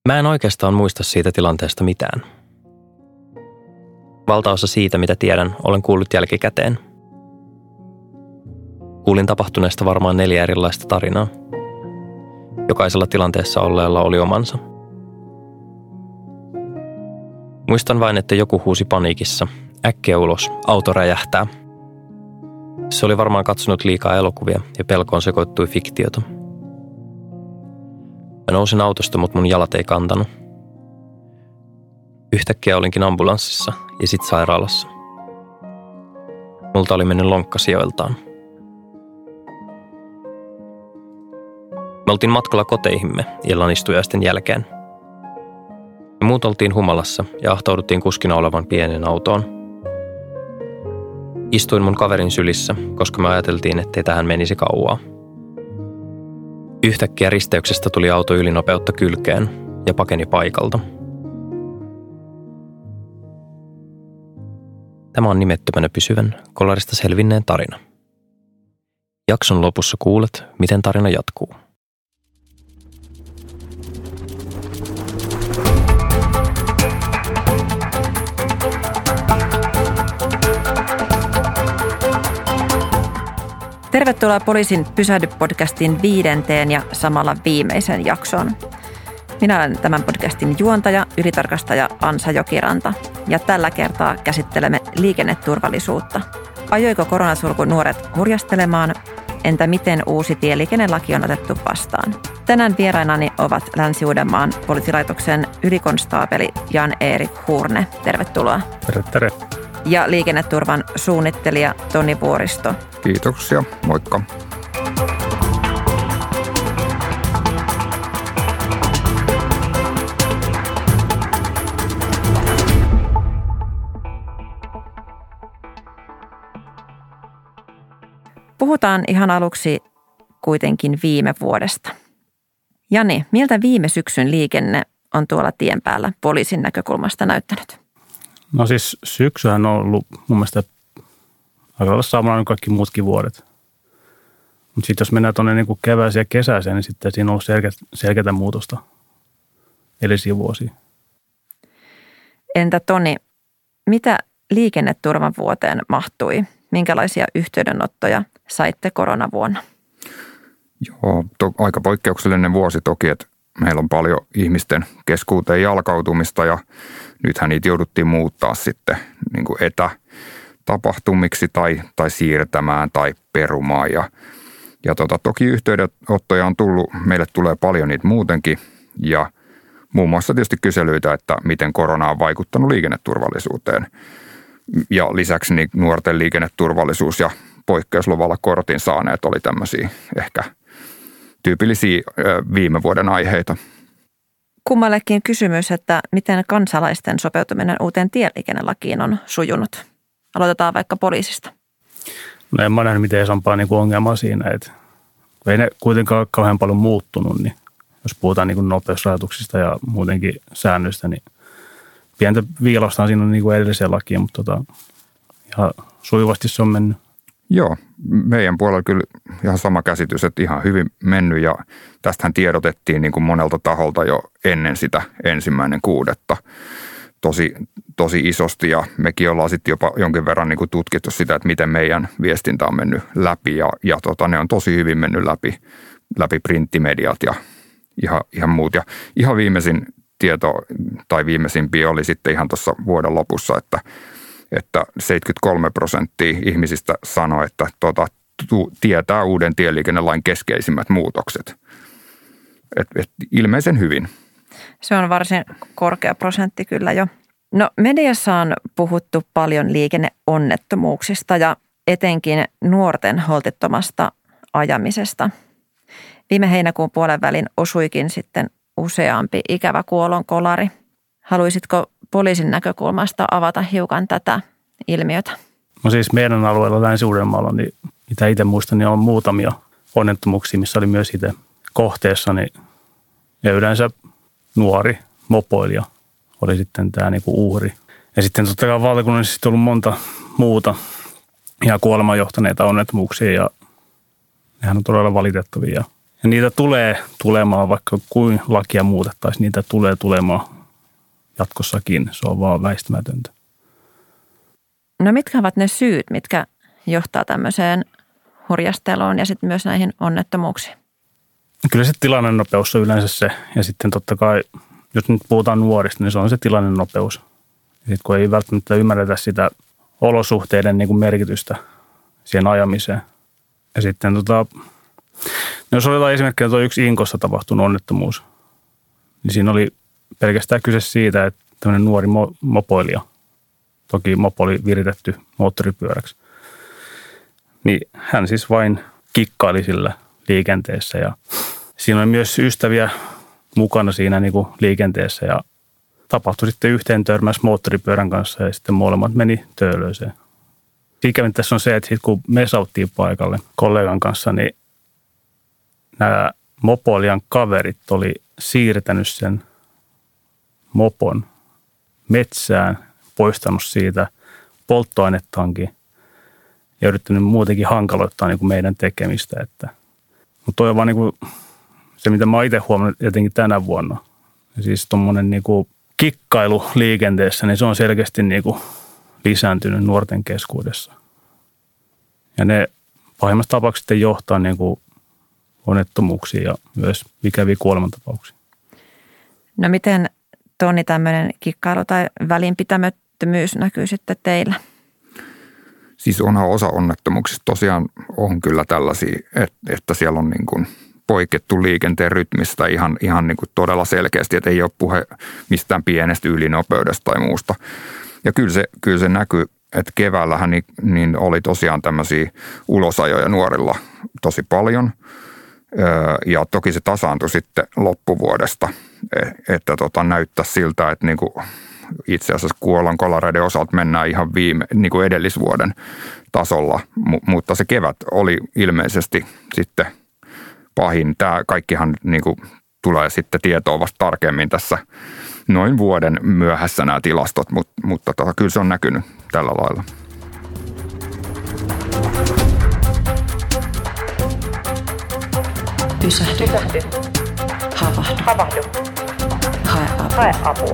Mä en oikeastaan muista siitä tilanteesta mitään. Valtaosa siitä, mitä tiedän, olen kuullut jälkikäteen. Kuulin tapahtuneesta varmaan 4 erilaista tarinaa. Jokaisella tilanteessa olleella oli omansa. Muistan vain, että joku huusi paniikissa. Äkkiä ulos, auto räjähtää. Se oli varmaan katsonut liikaa elokuvia ja pelkoon sekoittui fiktiota. Mä nousin autosta, mutta mun jalat ei kantanut. Yhtäkkiä olinkin ambulanssissa ja sit sairaalassa. Multa oli mennyt lonkka sijoiltaan. Me oltiin matkalla koteihimme illan istujaisten jälkeen. Me muut oltiin humalassa ja ahtauduttiin kuskina olevan pienen autoon. Istuin mun kaverin sylissä, koska me ajateltiin, ettei tähän menisi kauaa. Yhtäkkiä risteyksestä tuli auto ylinopeutta kylkeen ja pakeni paikalta. Tämä on nimettömänä pysyvän kolarista selvinneen tarina. Jakson lopussa kuulet, miten tarina jatkuu. Tervetuloa Poliisin Pysähdy-podcastin 5. ja samalla viimeisen jakson. Minä olen tämän podcastin juontaja, ylitarkastaja Ansa Jokiranta ja tällä kertaa käsittelemme liikenneturvallisuutta. Ajoiko koronasulku nuoret hurjastelemaan? Entä miten uusi tieliikennelaki on otettu vastaan? Tänään vierainani ovat Länsi-Uudenmaan poliisilaitoksen ylikonstaapeli Jan-Erik Hurne. Tervetuloa. Terve. Ja liikenneturvan suunnittelija Toni Vuoristo. Kiitoksia, moikka. Puhutaan ihan aluksi kuitenkin viime vuodesta. Jani, miltä viime syksyn liikenne on tuolla tien päällä poliisin näkökulmasta näyttänyt? No siis syksyhän on ollut mun mielestä aika lailla samalla kuin kaikki muutkin vuodet. Mutta sitten jos mennään tuonne niin kevääseen ja kesäiseen, niin sitten siinä on ollut selkeätä muutosta edellisiä vuosia. Entä Toni, mitä liikenneturvan vuoteen mahtui? Minkälaisia yhteydenottoja saitte koronavuonna? Joo, aika poikkeuksellinen vuosi toki, että meillä on paljon ihmisten keskuuteen jalkautumista ja nythän niitä jouduttiin muuttaa sitten niin kuin etätapahtumiksi tai siirtämään tai perumaan. Ja toki yhteydenottoja on tullut, meille tulee paljon niitä muutenkin ja muun muassa tietysti kyselyitä, että miten korona on vaikuttanut liikenneturvallisuuteen. Ja lisäksi niin nuorten liikenneturvallisuus ja poikkeusluvalla kortin saaneet oli tämmöisiä ehkä tyypillisiä viime vuoden aiheita. Kummallekin kysymys, että miten kansalaisten sopeutuminen uuteen tieliikennelakiin on sujunut. Aloitetaan vaikka poliisista. No en mä nähnyt mitään isompaa niin ongelmaa siinä, että ei ne kuitenkaan ole kauhean paljon muuttunut, niin jos puhutaan niin nopeusrajoituksista ja muutenkin säännöistä, niin pientä viilausta on siinä niin edelliseen lakiin, mutta ihan sujuvasti se on mennyt. Joo, meidän puolella kyllä ihan sama käsitys, että ihan hyvin mennyt ja tästähän tiedotettiin niin kuin monelta taholta jo ennen sitä 1.6. Tosi isosti ja mekin ollaan sitten jopa jonkin verran niin kuin tutkittu sitä, että miten meidän viestintä on mennyt läpi ja ne on tosi hyvin mennyt läpi printtimediat ja ihan muut. Ja ihan viimeisin tieto tai viimeisimpiä oli sitten ihan tuossa vuoden lopussa, että 73% ihmisistä sanoi, että tietää uuden tieliikennelain keskeisimmät muutokset. Et ilmeisen hyvin. Se on varsin korkea prosentti kyllä jo. No mediassa on puhuttu paljon liikenneonnettomuuksista ja etenkin nuorten holtittomasta ajamisesta. Viime heinäkuun puolen välin osuikin sitten useampi ikävä kuolonkolari. Haluaisitko poliisin näkökulmasta avata hiukan tätä ilmiötä? No siis meidän alueella Länsi-Uudenmaalla, niin mitä itse muistan, niin on muutamia onnettomuuksia, missä oli myös itse kohteessa. Ja yleensä nuori mopoilija oli sitten tämä niinku uhri. Ja sitten totta kai valtakunnallisesti on ollut monta muuta ihan kuolemaan johtaneita onnettomuuksia ja nehän on todella valitettavia. Ja niitä tulee tulemaan, vaikka kuin lakia muutettaisiin, niitä tulee tulemaan jatkossakin. Se on vaan väistämätöntä. No mitkä ovat ne syyt, mitkä johtaa tämmöiseen hurjasteluun ja sitten myös näihin onnettomuuksiin? Kyllä se tilannenopeus on yleensä se. Ja sitten totta kai, jos nyt puhutaan nuorista, niin se on se tilannenopeus. Ja sitten kun ei välttämättä ymmärretä sitä olosuhteiden niin kuin merkitystä siihen ajamiseen. Ja sitten jos otetaan esimerkkinä tuo yksi Inkossa tapahtunut onnettomuus, niin siinä oli pelkästään kyse siitä, että tämmöinen nuori mopoilija, toki mopo oli viritetty moottoripyöräksi, niin hän siis vain kikkaili sillä liikenteessä ja siinä oli myös ystäviä mukana siinä niin kuin liikenteessä ja tapahtui sitten yhteen törmäys moottoripyörän kanssa ja sitten molemmat meni töölöiseen. Ikävintä tässä on se, että sitten kun me sauttiin paikalle kollegan kanssa, niin nämä mopoilijan kaverit oli siirtänyt sen mopon metsään, poistanut siitä polttoainetankin ja yrittänyt muutenkin hankaloittaa niin kuin meidän tekemistä. Mutta toi on vaan niin kuin se, mitä mä oon itse huomannut jotenkin tänä vuonna. Ja siis tuommoinen niin kuin kikkailu liikenteessä, niin se on selkeästi niin kuin lisääntynyt nuorten keskuudessa. Ja ne pahimmassa tapauksessa sitten johtaa niin kuin onnettomuuksiin ja myös ikäviä kuolemantapauksia. No miten Toni tämmöinen kikkailu tai välinpitämättömyys näkyy sitten teillä? Siis onhan osa onnettomuuksista tosiaan on kyllä tällaisia, että siellä on niin kuin poikettu liikenteen rytmistä ihan niin kuin todella selkeästi, että ei ole puhe mistään pienestä ylinopeudesta tai muusta. Ja kyllä se näkyy, että keväällähän niin oli tosiaan tämmöisiä ulosajoja nuorilla tosi paljon. Ja toki se tasaantui sitten loppuvuodesta, että näyttää siltä, että niin kuin itse asiassa kuolonkolareiden osalta mennään ihan niin kuin edellisvuoden tasolla, mutta se kevät oli ilmeisesti sitten pahin. Tämä kaikkihan niin kuin tulee sitten tietoa vasta tarkemmin tässä noin vuoden myöhässä nämä tilastot, mutta kyllä se on näkynyt tällä lailla. Pysähdy. Havahdu. Hae apua.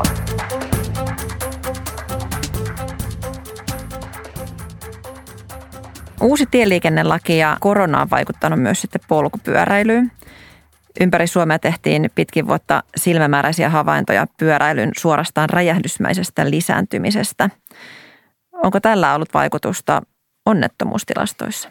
Uusi tieliikennelaki ja korona on vaikuttanut myös sitten polkupyöräilyyn. Ympäri Suomea tehtiin pitkin vuotta silmämääräisiä havaintoja pyöräilyn suorastaan räjähdysmäisestä lisääntymisestä. Onko tällä ollut vaikutusta onnettomuustilastoissa?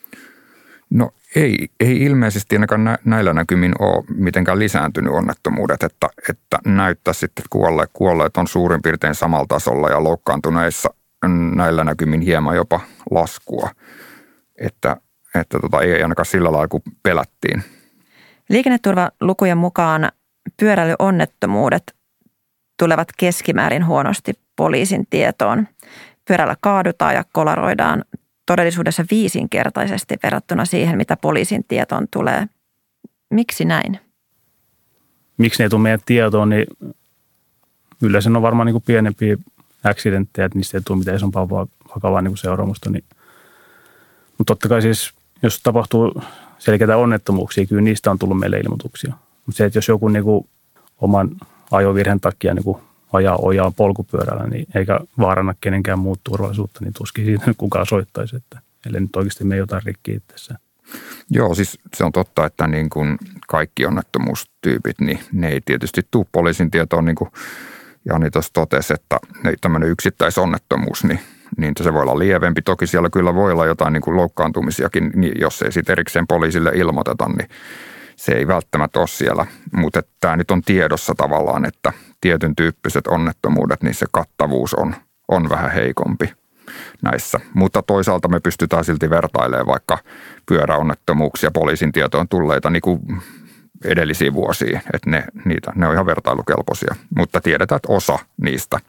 No ei ilmeisesti ainakaan näillä näkymin ole mitenkään lisääntynyt onnettomuudet, että näyttää sitten, että kuolleet on suurin piirtein samalla tasolla ja loukkaantuneissa näillä näkymin hieman jopa laskua, että ei ainakaan sillä lailla kuin pelättiin. Liikenneturvalukujen mukaan pyöräilyonnettomuudet tulevat keskimäärin huonosti poliisin tietoon. Pyörällä kaadutaan ja kolaroidaan todellisuudessa 5-kertaisesti verrattuna siihen, mitä poliisin tietoon tulee. Miksi näin? Miksi ne ei tule meidän tietoon, niin yleensä on varmaan niin kuin pienempiä accidenttejä, että niistä ei tule mitään isompaa vakavaa niin kuin seuraamusta. Mutta totta kai siis, jos tapahtuu selkeitä onnettomuuksia, kyllä niistä on tullut meille ilmoituksia. Mutta se, että jos joku niin kuin oman ajovirheen takia niin kuin ajaa ojaa polkupyörällä, niin eikä vaaranna kenenkään muut turvallisuutta, niin tuskin siitä kukaan soittaisi, että ellei nyt oikeasti me jotain rikki itsessään. Joo, siis se on totta, että niin kuin kaikki onnettomuustyypit, niin ne ei tietysti tule poliisin tietoon, niin kuin Jani tuossa totesi, että tämmöinen yksittäisonnettomuus, niin se voi olla lievempi. Toki siellä kyllä voi olla jotain niin kuin loukkaantumisiakin, niin jos ei sitten erikseen poliisille ilmoiteta, niin se ei välttämättä ole siellä. Mutta tämä nyt on tiedossa tavallaan, että tietyn tyyppiset onnettomuudet, niin se kattavuus on vähän heikompi näissä. Mutta toisaalta me pystytään silti vertailemaan vaikka pyöräonnettomuuksia poliisin tietoon tulleita niin kuin edellisiä vuosia, että ne on ihan vertailukelpoisia. Mutta tiedetään, että osa niistä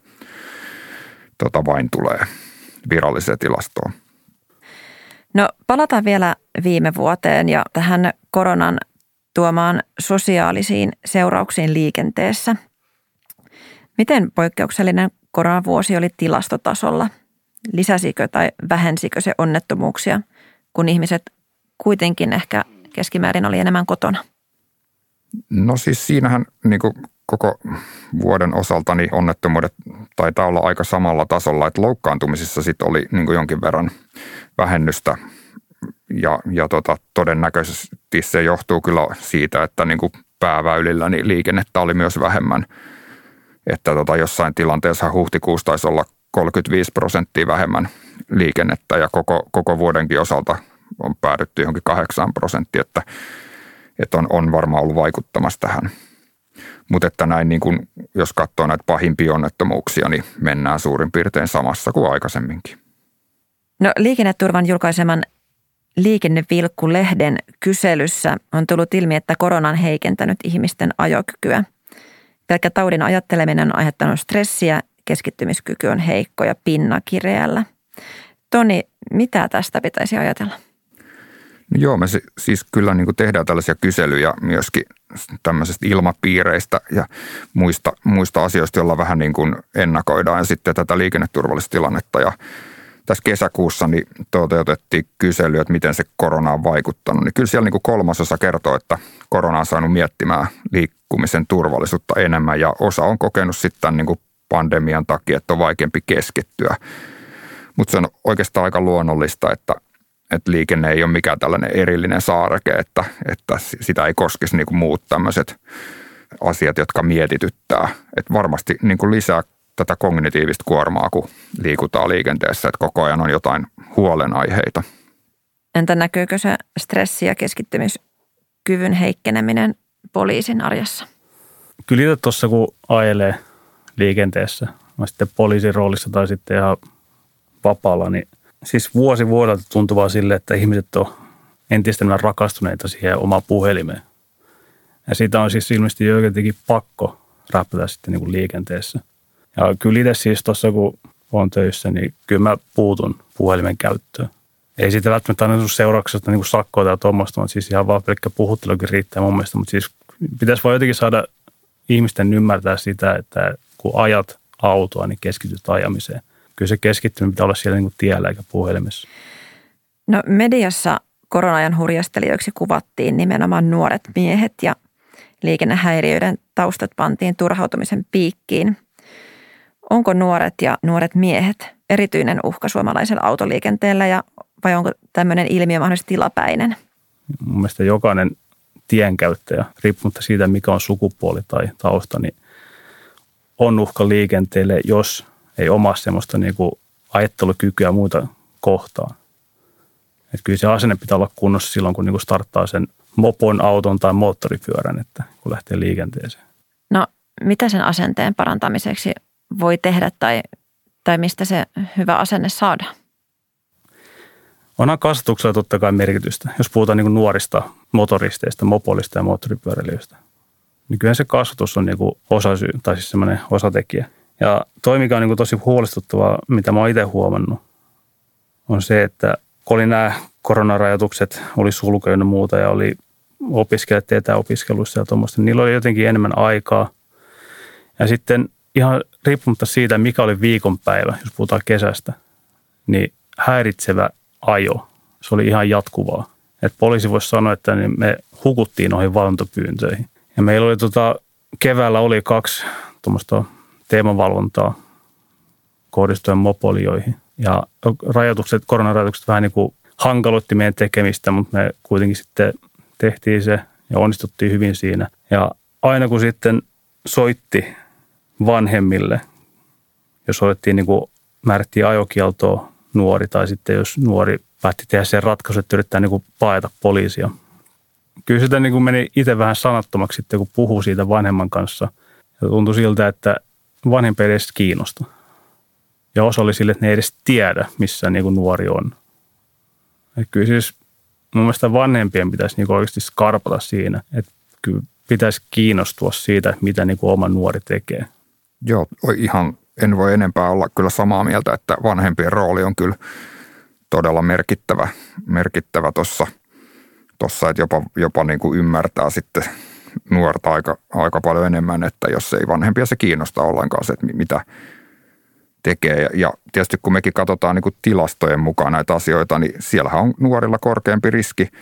vain tulee viralliseen tilastoon. No palataan vielä viime vuoteen ja tähän koronan tuomaan sosiaalisiin seurauksiin liikenteessä. Miten poikkeuksellinen koronavuosi oli tilastotasolla? Lisäsikö tai vähensikö se onnettomuuksia, kun ihmiset kuitenkin ehkä keskimäärin oli enemmän kotona? No siis siinähän niin kuin koko vuoden osalta niin onnettomuudet taitaa olla aika samalla tasolla, että loukkaantumisissa sitten oli niin kuin jonkin verran vähennystä ja todennäköisesti se johtuu kyllä siitä, että niin kuin pääväylillä niin liikennettä oli myös vähemmän, että jossain tilanteessa huhtikuussa taisi olla 35% vähemmän liikennettä ja koko vuodenkin osalta on päädytty johonkin 8%, että on varmaan ollut vaikuttamassa tähän. Mutta että näin niin kun, jos katsoo näitä pahimpia onnettomuuksia, niin mennään suurin piirtein samassa kuin aikaisemminkin. No Liikenneturvan julkaiseman Liikennevilkku-lehden kyselyssä on tullut ilmi, että korona on heikentänyt ihmisten ajokykyä. Pelkkä taudin ajatteleminen on aiheuttanut stressiä, keskittymiskyky on heikko ja pinna kireällä. Toni, mitä tästä pitäisi ajatella? No joo, me siis kyllä niin kuin tehdään tällaisia kyselyjä myöskin tämmöisistä ilmapiireistä ja muista asioista, joilla vähän niin kuin ennakoidaan sitten tätä liikenneturvallisuustilannetta. Ja tässä kesäkuussa niin toteutettiin kysely, että miten se korona on vaikuttanut. Niin kyllä siellä niin kuin 3/3 kertoo, että korona on saanut miettimään liikkumisen turvallisuutta enemmän ja osa on kokenut sitten niin kuin pandemian takia, että on vaikeampi keskittyä. Mutta se on oikeastaan aika luonnollista, että liikenne ei ole mikään tällainen erillinen saareke, että sitä ei koskisi niin kuin muut tämmöiset asiat, jotka mietityttää. Että varmasti niin kuin lisää tätä kognitiivista kuormaa, kun liikutaan liikenteessä, että koko ajan on jotain huolenaiheita. Entä näkyykö se stressi- ja keskittymiskyvyn heikkeneminen poliisin arjessa? Kyllä itse tuossa, kun ajelee liikenteessä, on sitten poliisin roolissa tai sitten ihan vapaalla, niin siis vuosi vuodelta tuntuu vaan sille, että ihmiset on entistä enemmän rakastuneita siihen omaan puhelimeen. Ja siitä on siis ilmeisesti jotenkin pakko räppätä sitten niin kuin liikenteessä. Ja kyllä itse siis tuossa, kun olen töissä, niin kyllä mä puutun puhelimen käyttöön. Ei siitä välttämättä aina seurauksesta niin kuin sakkoa tai tuommoista, mutta siis ihan vaan pelkkä puhuttelukin riittää mun mielestä. Mutta siis pitäisi vaan jotenkin saada ihmisten ymmärtää sitä, että kun ajat autoa, niin keskityt ajamiseen. Kyllä se keskittyminen pitää olla siellä niin kuin tiellä eikä puhelimessa. No mediassa korona-ajan hurjastelijoiksi kuvattiin nimenomaan nuoret miehet ja liikennehäiriöiden taustat pantiin turhautumisen piikkiin. Onko nuoret ja nuoret miehet erityinen uhka suomalaisella autoliikenteellä vai onko tämmöinen ilmiö mahdollisesti tilapäinen? Mun mielestä jokainen tienkäyttäjä, riippumatta siitä mikä on sukupuoli tai tausta, niin on uhka liikenteelle, jos ei omaa semmoista niin kuin ajattelukykyä muuta kohtaan. Että kyllä se asenne pitää olla kunnossa silloin, kun niin kuin starttaa sen mopon, auton tai moottoripyörän, että kun lähtee liikenteeseen. No mitä sen asenteen parantamiseksi voi tehdä tai mistä se hyvä asenne saadaan? Onhan kasvatuksella totta kai merkitystä, jos puhutaan niin kuin nuorista motoristeista, mopolista ja moottoripyöräilijöistä. Niin kyllähän se kasvatus on niin kuin osasyy tai siis semmoinen osatekijä. Ja toi, mikä on niin kuin tosi huolestuttavaa, mitä mä oon itse huomannut, on se, että kun oli nämä koronarajoitukset, oli sulku ja muuta ja oli opiskelijat etäopiskeluissa ja tuommoista, niin niillä oli jotenkin enemmän aikaa. Ja sitten ihan riippumatta siitä, mikä oli viikonpäivä, jos puhutaan kesästä, niin häiritsevä ajo, se oli ihan jatkuvaa. Et poliisi voisi sanoa, että me hukuttiin noihin valvontapyyntöihin. Ja meillä oli keväällä oli 2 tuommoista teemavalvontaa kohdistuen mopolioihin. Ja koronarajoitukset vähän niin kuin hankaloitti meidän tekemistä, mutta me kuitenkin sitten tehtiin se ja onnistuttiin hyvin siinä. Ja aina kun sitten soitti vanhemmille, jos olettiin niin kuin määrättiin ajokieltoa nuori tai sitten jos nuori päätti tehdä sen ratkaisun, että yrittää niin kuin paeta poliisia. Kyllä sitä niin kuin meni itse vähän sanattomaksi sitten, kun puhuu siitä vanhemman kanssa. Ja tuntui siltä, että vanhempi ei edes kiinnosta. Ja osa oli sille, että ne ei edes tiedä, missä niin kuin nuori on. Ja kyllä siis mun mielestä vanhempien pitäisi niin kuin oikeasti skarpata siinä, että kyllä pitäisi kiinnostua siitä, mitä niin kuin oma nuori tekee. Joo, en voi enempää olla kyllä samaa mieltä, että vanhempien rooli on kyllä todella merkittävä tuossa, että jopa niin kuin ymmärtää sitten nuorta aika paljon enemmän, että jos ei vanhempia se kiinnostaa ollenkaan se, että mitä tekee. Ja tietysti kun mekin katsotaan niin kuin tilastojen mukaan näitä asioita, niin siellähän on nuorilla korkeampi riski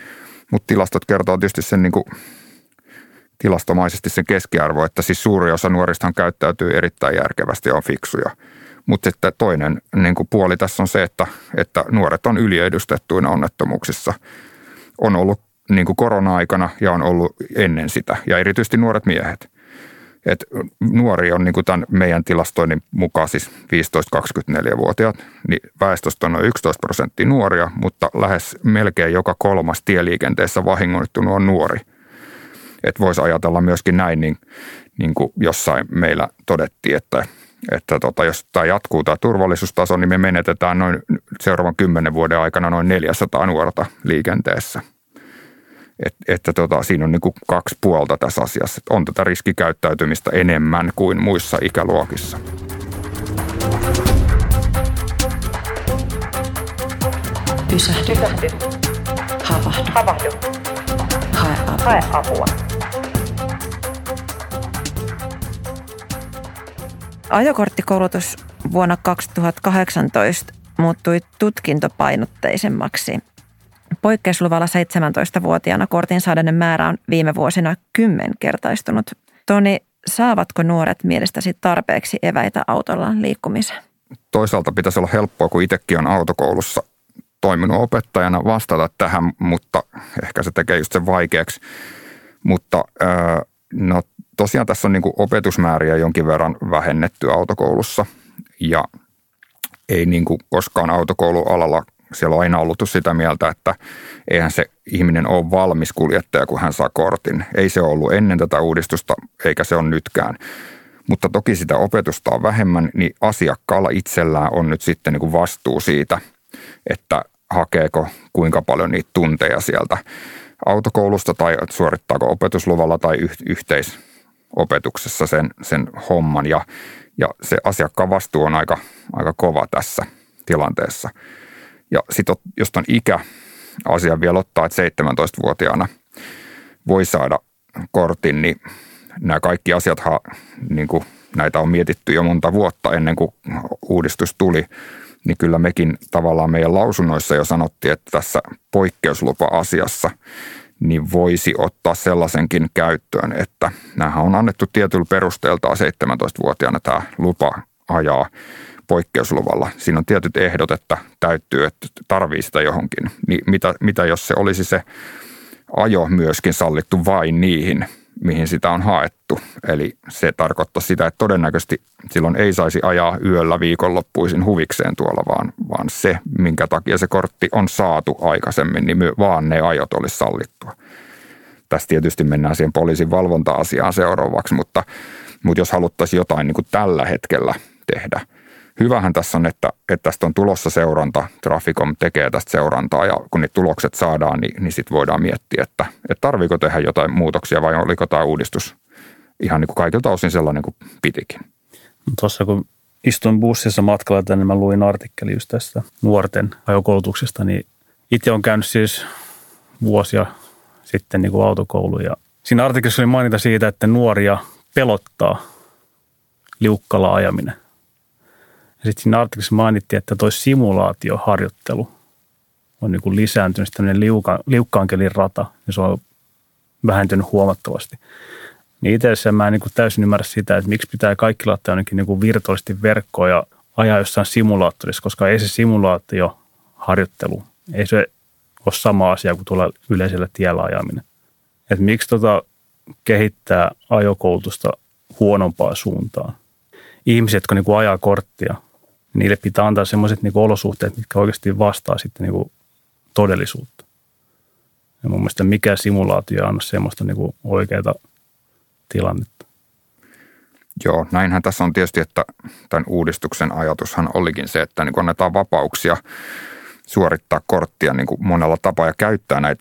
Mutta tilastot kertoo tietysti sen niin kuin tilastomaisesti sen keskiarvo, että siis suuri osa nuoristahan käyttäytyy erittäin järkevästi ja on fiksuja. Mutta sitten toinen niin kuin puoli tässä on se, että nuoret on yliedustettuina onnettomuuksissa. On ollut niin kuin korona-aikana ja on ollut ennen sitä ja erityisesti nuoret miehet. Et nuori on niin kuin tämän meidän tilastoinnin mukaan siis 15-24-vuotiaat, niin väestöstä on noin 11% nuoria, mutta lähes melkein joka kolmas tieliikenteessä vahingoittunut on nuori. Että voisi ajatella myöskin näin, niin kuin jossain meillä todettiin, että jos tämä jatkuu tämä turvallisuustaso, niin me menetetään noin seuraavan 10 vuoden aikana noin 400 nuorta liikenteessä. Siinä on niin kuin 2 puolta tässä asiassa. On tätä riskikäyttäytymistä enemmän kuin muissa ikäluokissa. Pysähdy. Havahdu. Hae apua. Ajokorttikoulutus vuonna 2018 muuttui tutkintopainotteisemmaksi. Poikkeusluvalla 17-vuotiaana kortin saaneiden määrä on viime vuosina 10-kertaistunut. Toni, saavatko nuoret mielestäsi tarpeeksi eväitä autolla liikkumiseen? Toisaalta pitäisi olla helppoa, kun itsekin on autokoulussa toiminut opettajana vastata tähän, mutta ehkä se tekee just sen vaikeaksi. Mutta no tosiaan tässä on niin kuin opetusmääriä jonkin verran vähennetty autokoulussa ja ei niin kuin koskaan autokoulualalla siellä on aina ollut sitä mieltä, että eihän se ihminen ole valmis kuljettaja, kun hän saa kortin. Ei se ollut ennen tätä uudistusta, eikä se ole nytkään. Mutta toki sitä opetusta on vähemmän, niin asiakkaalla itsellään on nyt sitten niin kuin vastuu siitä, että hakeeko kuinka paljon niitä tunteja sieltä autokoulusta tai suorittaako opetusluvalla tai yhteisopetuksessa sen homman. Ja se asiakkaan vastuu on aika kova tässä tilanteessa. Ja sitten jos ton ikäasian vielä ottaa, että 17-vuotiaana voi saada kortin, niin nämä kaikki asiathan, niin kuin näitä on mietitty jo monta vuotta ennen kuin uudistus tuli, niin kyllä mekin tavallaan meidän lausunnoissa jo sanottiin, että tässä poikkeuslupa-asiassa niin voisi ottaa sellaisenkin käyttöön, että näähän on annettu tietyllä perusteeltaan 17-vuotiaana tämä lupa ajaa poikkeusluvalla. Siinä on tietyt ehdot, että täyttyy, että tarvii sitä johonkin. Niin mitä jos se olisi se ajo myöskin sallittu vain niihin, mihin sitä on haettu. Eli se tarkoittaa sitä, että todennäköisesti silloin ei saisi ajaa yöllä viikonloppuisin huvikseen tuolla, vaan se, minkä takia se kortti on saatu aikaisemmin, niin vaan ne ajot olisi sallittua. Tässä tietysti mennään siihen poliisin valvonta-asiaan seuraavaksi, mutta jos haluttaisiin jotain niin kuin tällä hetkellä tehdä. Hyvähän tässä on, että tästä on tulossa seuranta, Traficom tekee tästä seurantaa ja kun ne tulokset saadaan, niin sitten voidaan miettiä, että tarviiko tehdä jotain muutoksia vai oliko tämä uudistus ihan niin kuin kaikilta osin sellainen kuin pitikin. Tuossa kun istuin bussissa matkalla tänne, mä luin artikkeli just tästä nuorten ajokoulutuksesta, niin itse olen käynyt siis vuosia sitten niin kuin autokoulu ja siinä artikkelissa oli mainita siitä, että nuoria pelottaa liukkalla ajaminen. Ja sitten siinä artikkelissa mainittiin, että toi simulaatioharjoittelu on niin kuin lisääntynyt, tämmöinen liukkaankelin rata, ja se on vähentynyt huomattavasti. Niin itse asiassa mä en niin kuin täysin ymmärrä sitä, että miksi pitää kaikki laittaa jonnekin niin kuin virtuaalisesti verkkoon ja ajaa jossain simulaattorissa, koska ei se simulaatioharjoittelu, ei se ole sama asia kuin tuolla yleisellä tiellä ajaminen. Että miksi kehittää ajokoulutusta huonompaan suuntaan? Ihmiset, jotka niin kuin ajaa korttia, niille pitää antaa sellaiset niin kuin olosuhteet, mitkä oikeasti vastaa sitten niin kuin todellisuutta. Ja mun mielestä mikään simulaatio ei anna semmoista niin kuin oikeaa tilannetta. Joo, näinhän tässä on tietysti, että tämän uudistuksen ajatushan olikin se, että niin kuin annetaan vapauksia suorittaa korttia niin kuin monella tapaa ja käyttää näitä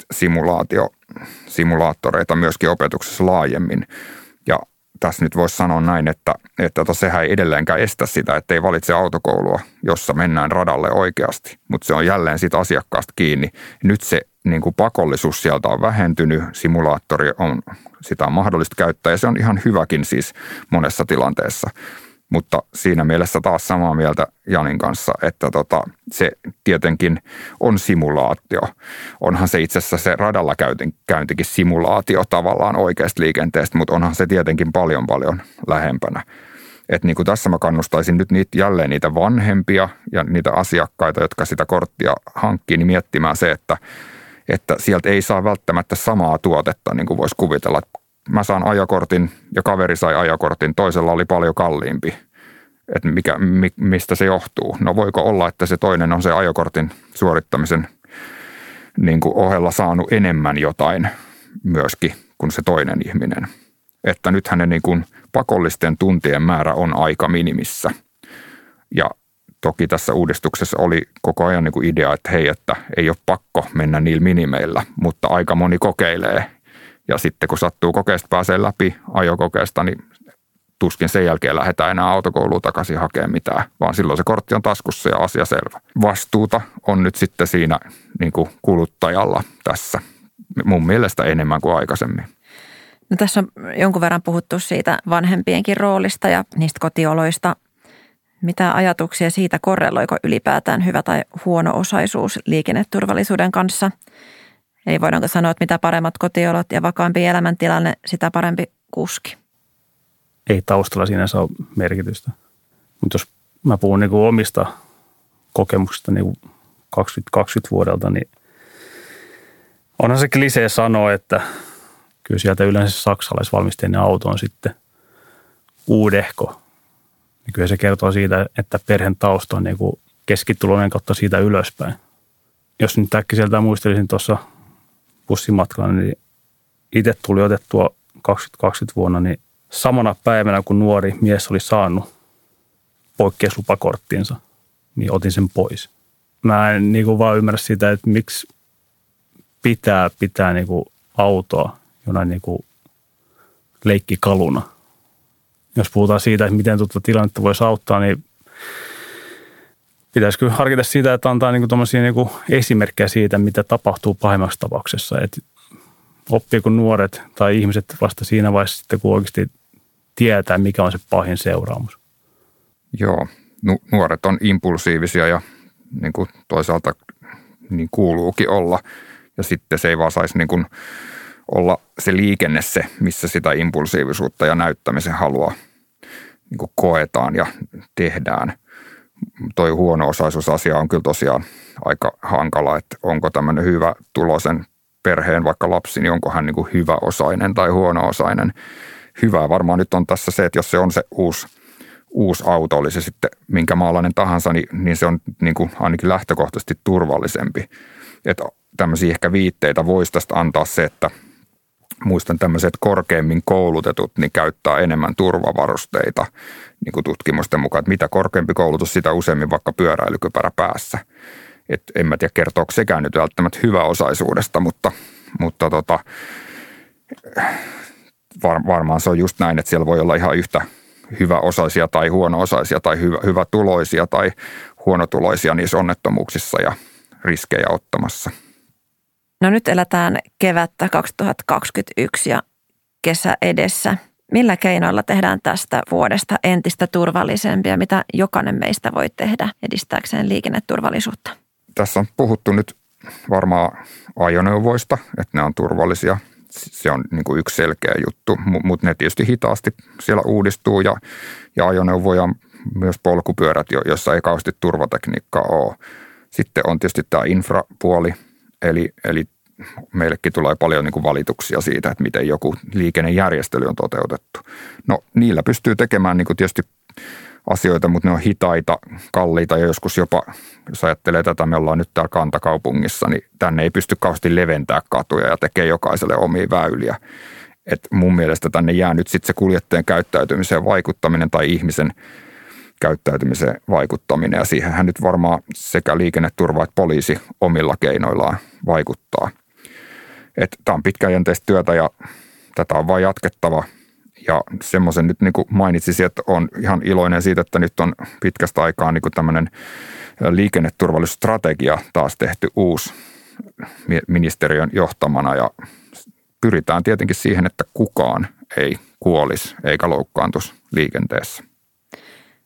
simulaattoreita myöskin opetuksessa laajemmin. Ja tässä nyt voisi sanoa näin, että sehän ei edelleenkään estä sitä, että ei valitse autokoulua, jossa mennään radalle oikeasti. Mutta se on jälleen siitä asiakkaasta kiinni. Nyt se niin kuin pakollisuus sieltä on vähentynyt, simulaattori sitä on mahdollista käyttää ja se on ihan hyväkin siis monessa tilanteessa. Mutta siinä mielessä taas samaa mieltä Janin kanssa, että se tietenkin on simulaatio. Onhan se itse asiassa se radalla käyntikin simulaatio tavallaan oikeasta liikenteestä, mutta onhan se tietenkin paljon lähempänä. Että niin kuin tässä mä kannustaisin nyt jälleen niitä vanhempia ja niitä asiakkaita, jotka sitä korttia hankkii, niin miettimään se, että sieltä ei saa välttämättä samaa tuotetta, niin kuin voisi kuvitella. Mä saan ajokortin ja kaveri sai ajokortin, toisella oli paljon kalliimpi. Että mistä se johtuu? No voiko olla, että se toinen on se ajokortin suorittamisen niin kuin ohella saanut enemmän jotain myöskin kuin se toinen ihminen. Että nyt hänen niin kuin pakollisten tuntien määrä on aika minimissä. Ja toki tässä uudistuksessa oli koko ajan niin kuin idea, että hei, että ei ole pakko mennä niillä minimeillä, mutta aika moni kokeilee. Ja sitten kun sattuu kokeesta pääsee läpi ajokokeesta, niin tuskin sen jälkeen lähdetään enää autokouluun takaisin hakemaan mitään, vaan silloin se kortti on taskussa ja asia selvä. Vastuuta on nyt sitten siinä niin kuin kuluttajalla tässä mun mielestä enemmän kuin aikaisemmin. No tässä on jonkun verran puhuttu siitä vanhempienkin roolista ja niistä kotioloista. Mitä ajatuksia siitä, korreloiko ylipäätään hyvä tai huono osaisuus liikenneturvallisuuden kanssa? Eli voidaanko sanoa, että mitä paremmat kotiolot ja vakaampi elämäntilanne, sitä parempi kuski? Ei taustalla siinä saa merkitystä. Mutta jos mä puhun niin kuin omista kokemuksista niin kuin 2020 vuodelta, niin onhan se klisee sanoa, että kyllä sieltä yleensä saksalaisvalmisteinen auto on sitten uudehko. Niin kyllä se kertoo siitä, että perheen tausta on niin kuin keskituloinen kautta siitä ylöspäin. Jos nyt äkkiseltään muistelisin tuossa bussimatkalla, niin itse tuli otettua 2020 vuonna, niin samana päivänä, kun nuori mies oli saanut poikkeuslupakorttinsa, niin otin sen pois. Mä en niin kuin vaan ymmärrä sitä, että miksi pitää niin kuin autoa jonain niin kuin leikkikaluna. Jos puhutaan siitä, että miten tuota tilannetta voisi auttaa, niin pitäisikö harkita siitä, että antaa niin kuin tommosia niin kuin esimerkkejä siitä, mitä tapahtuu pahimmassa tapauksessa. Että oppiiko nuoret tai ihmiset vasta siinä vaiheessa sitten, kun oikeasti tietää, mikä on se pahin seuraamus? Joo, nuoret on impulsiivisia ja niin kuin toisaalta niin kuuluukin olla. Ja sitten se ei vaan saisi niin kuin olla se liikenne se, missä sitä impulsiivisuutta ja näyttämisen halua niin kuin koetaan ja tehdään. Toi huono-osaisuusasia on kyllä tosiaan aika hankala, että onko tämmöinen hyvä tuloisen perheen vaikka lapsi, niin onko hän niin kuin hyväosainen tai huono-osainen. Hyvää varmaan nyt on tässä se, että jos se on se uusi auto, oli se sitten minkä maalainen tahansa, niin se on niin kuin ainakin lähtökohtaisesti turvallisempi. Että tämmöisiä ehkä viitteitä voisi tästä antaa se, että muistan tämmöiset korkeimmin koulutetut, niin käyttää enemmän turvavarusteita niin kuin tutkimusten mukaan. Että mitä korkeampi koulutus, sitä useammin vaikka pyöräilykypärä päässä. Että en mä tiedä, kertooko sekään nyt välttämättä hyväosaisuudesta, mutta varmaan se on just näin, että siellä voi olla ihan yhtä hyväosaisia tai huono-osaisia tai hyvätuloisia tai huonotuloisia niissä onnettomuuksissa ja riskejä ottamassa. No nyt eletään kevättä 2021 ja kesä edessä. Millä keinoilla tehdään tästä vuodesta entistä turvallisempia? Mitä jokainen meistä voi tehdä edistääkseen liikenneturvallisuutta? Tässä on puhuttu nyt varmaan ajoneuvoista, että ne on turvallisia. Se on niin kuin yksi selkeä juttu, mutta ne tietysti hitaasti siellä uudistuu ja ajoneuvoja myös polkupyörät, joissa ei kauheasti turvatekniikkaa ole. Sitten on tietysti tämä infrapuoli, eli meillekin tulee paljon niin kuin valituksia siitä, että miten joku liikennejärjestely on toteutettu. No niillä pystyy tekemään niin kuin tietysti asioita, mutta ne on hitaita, kalliita ja joskus jopa, jos ajattelee tätä, me ollaan nyt täällä kantakaupungissa, niin tänne ei pysty kauheasti leventää katuja ja tekee jokaiselle omia väyliä. Et mun mielestä tänne jää nyt sitten se kuljettajan käyttäytymiseen vaikuttaminen tai ihmisen käyttäytymiseen vaikuttaminen ja siihenhän nyt varmaan sekä liikenneturva että poliisi omilla keinoillaan vaikuttaa. Tämä on pitkäjänteistä työtä ja tätä on vaan jatkettava. Ja semmoisen nyt niin kuin mainitsisin, että on ihan iloinen siitä, että nyt on pitkästä aikaa niin kuin tämmöinen liikenneturvallisuusstrategia taas tehty uusi ministeriön johtamana ja pyritään tietenkin siihen, että kukaan ei kuolisi eikä loukkaantuisi liikenteessä.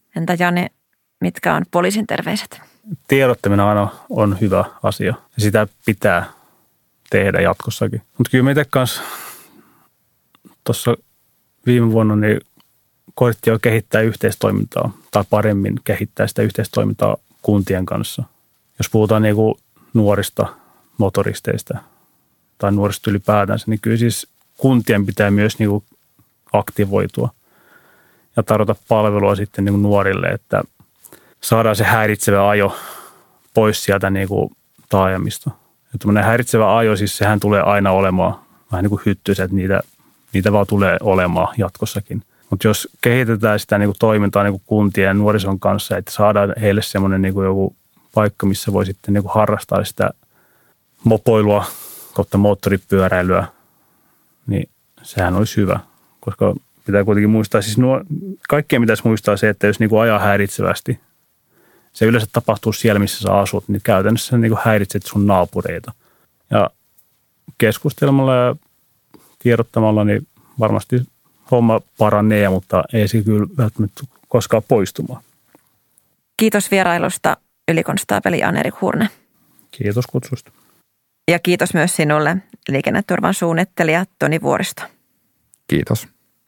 Entä Jani, mitkä on poliisin terveiset? Tiedottaminen aina on hyvä asia ja sitä pitää tehdä jatkossakin. Mutta kyllä meitä kanssa tuossa viime vuonna niin koettiin jo kehittää yhteistoimintaa tai paremmin kehittää sitä yhteistoimintaa kuntien kanssa. Jos puhutaan niin kuin nuorista motoristeista tai nuorista ylipäätänsä, niin kyllä siis kuntien pitää myös niin kuin aktivoitua ja tarjota palvelua sitten niin kuin nuorille, että saadaan se häiritsevä ajo pois sieltä niin kuin taajamista. Ja tämmöinen häiritsevä ajo, siis sehän tulee aina olemaan vähän niin kuin hyttys, että niitä vaan tulee olemaan jatkossakin. Mutta jos kehitetään sitä niin kuin toimintaa niin kuin kuntien ja nuorison kanssa, että saadaan heille semmoinen niin kuin joku paikka, missä voi sitten niin kuin harrastaa sitä mopoilua kautta moottoripyöräilyä, niin sehän olisi hyvä. Koska pitää kuitenkin muistaa, siis kaikkien pitäisi muistaa se, että jos niin kuin ajaa häiritsevästi, se yleensä tapahtuu siellä, missä sä asut, niin käytännössä niin kuin häiritset sun naapureita. Ja keskustelemalla ja tiedottamalla, niin varmasti homma paranee, mutta ei se kyllä välttämättä koskaan poistumaan. Kiitos vierailusta ylikonstaapeli Jan-Erik Hurne. Kiitos kutsusta. Ja kiitos myös sinulle, liikenneturvan suunnittelija Toni Vuoristo. Kiitos.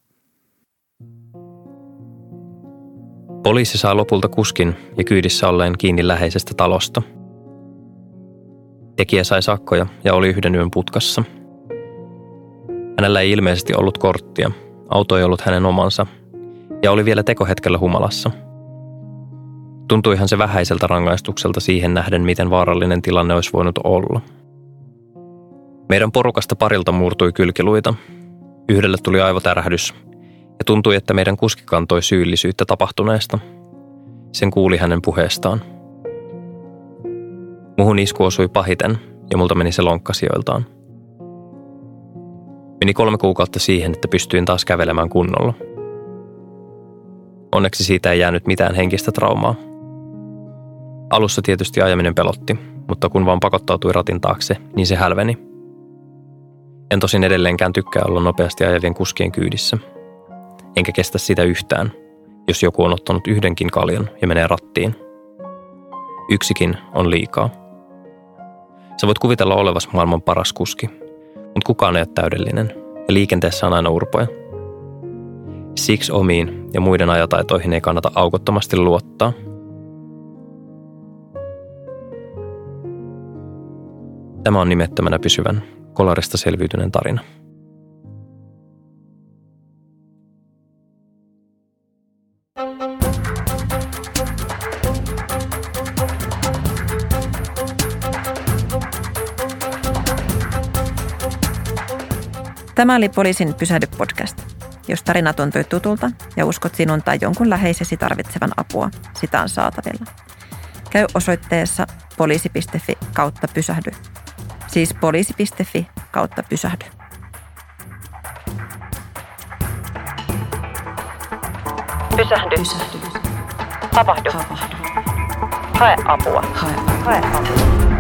Poliisi saa lopulta kuskin ja kyydissä olleen kiinni läheisestä talosta. Tekijä sai sakkoja ja oli 1 yön putkassa. Hänellä ei ilmeisesti ollut korttia, auto ei ollut hänen omansa ja oli vielä tekohetkellä humalassa. Tuntuihan se vähäiseltä rangaistukselta siihen nähden, miten vaarallinen tilanne olisi voinut olla. Meidän porukasta parilta murtui kylkiluita. Yhdelle tuli aivotärähdys ja tuntui, että meidän kuski kantoi syyllisyyttä tapahtuneesta. Sen kuuli hänen puheestaan. Muhun isku osui pahiten ja multa meni se lonkkasijoiltaan. Meni 3 kuukautta siihen, että pystyin taas kävelemään kunnolla. Onneksi siitä ei jäänyt mitään henkistä traumaa. Alussa tietysti ajaminen pelotti, mutta kun vaan pakottautui ratin taakse, niin se hälveni. En tosin edelleenkään tykkää olla nopeasti ajavien kuskien kyydissä. Enkä kestä sitä yhtään, jos joku on ottanut 1 kaljan ja menee rattiin. 1 on liikaa. Sä voit kuvitella olevasi maailman paras kuski, mutta kukaan ei ole täydellinen ja liikenteessä on aina urpoja. Siksi omiin ja muiden ajataitoihin ei kannata aukottomasti luottaa. Tämä on nimettömänä pysyvän, kolarista selviytyneen tarina. Tämä oli Poliisin Pysähdy-podcast. Jos tarina tuntui tutulta ja uskot sinun tai jonkun läheisesi tarvitsevan apua, sitä on saatavilla. Käy osoitteessa poliisi.fi/pysähdy. Siis poliisi.fi/pysähdy. Pysähdy. Tapahdu. Tapahdu. Hae apua. Hae apua.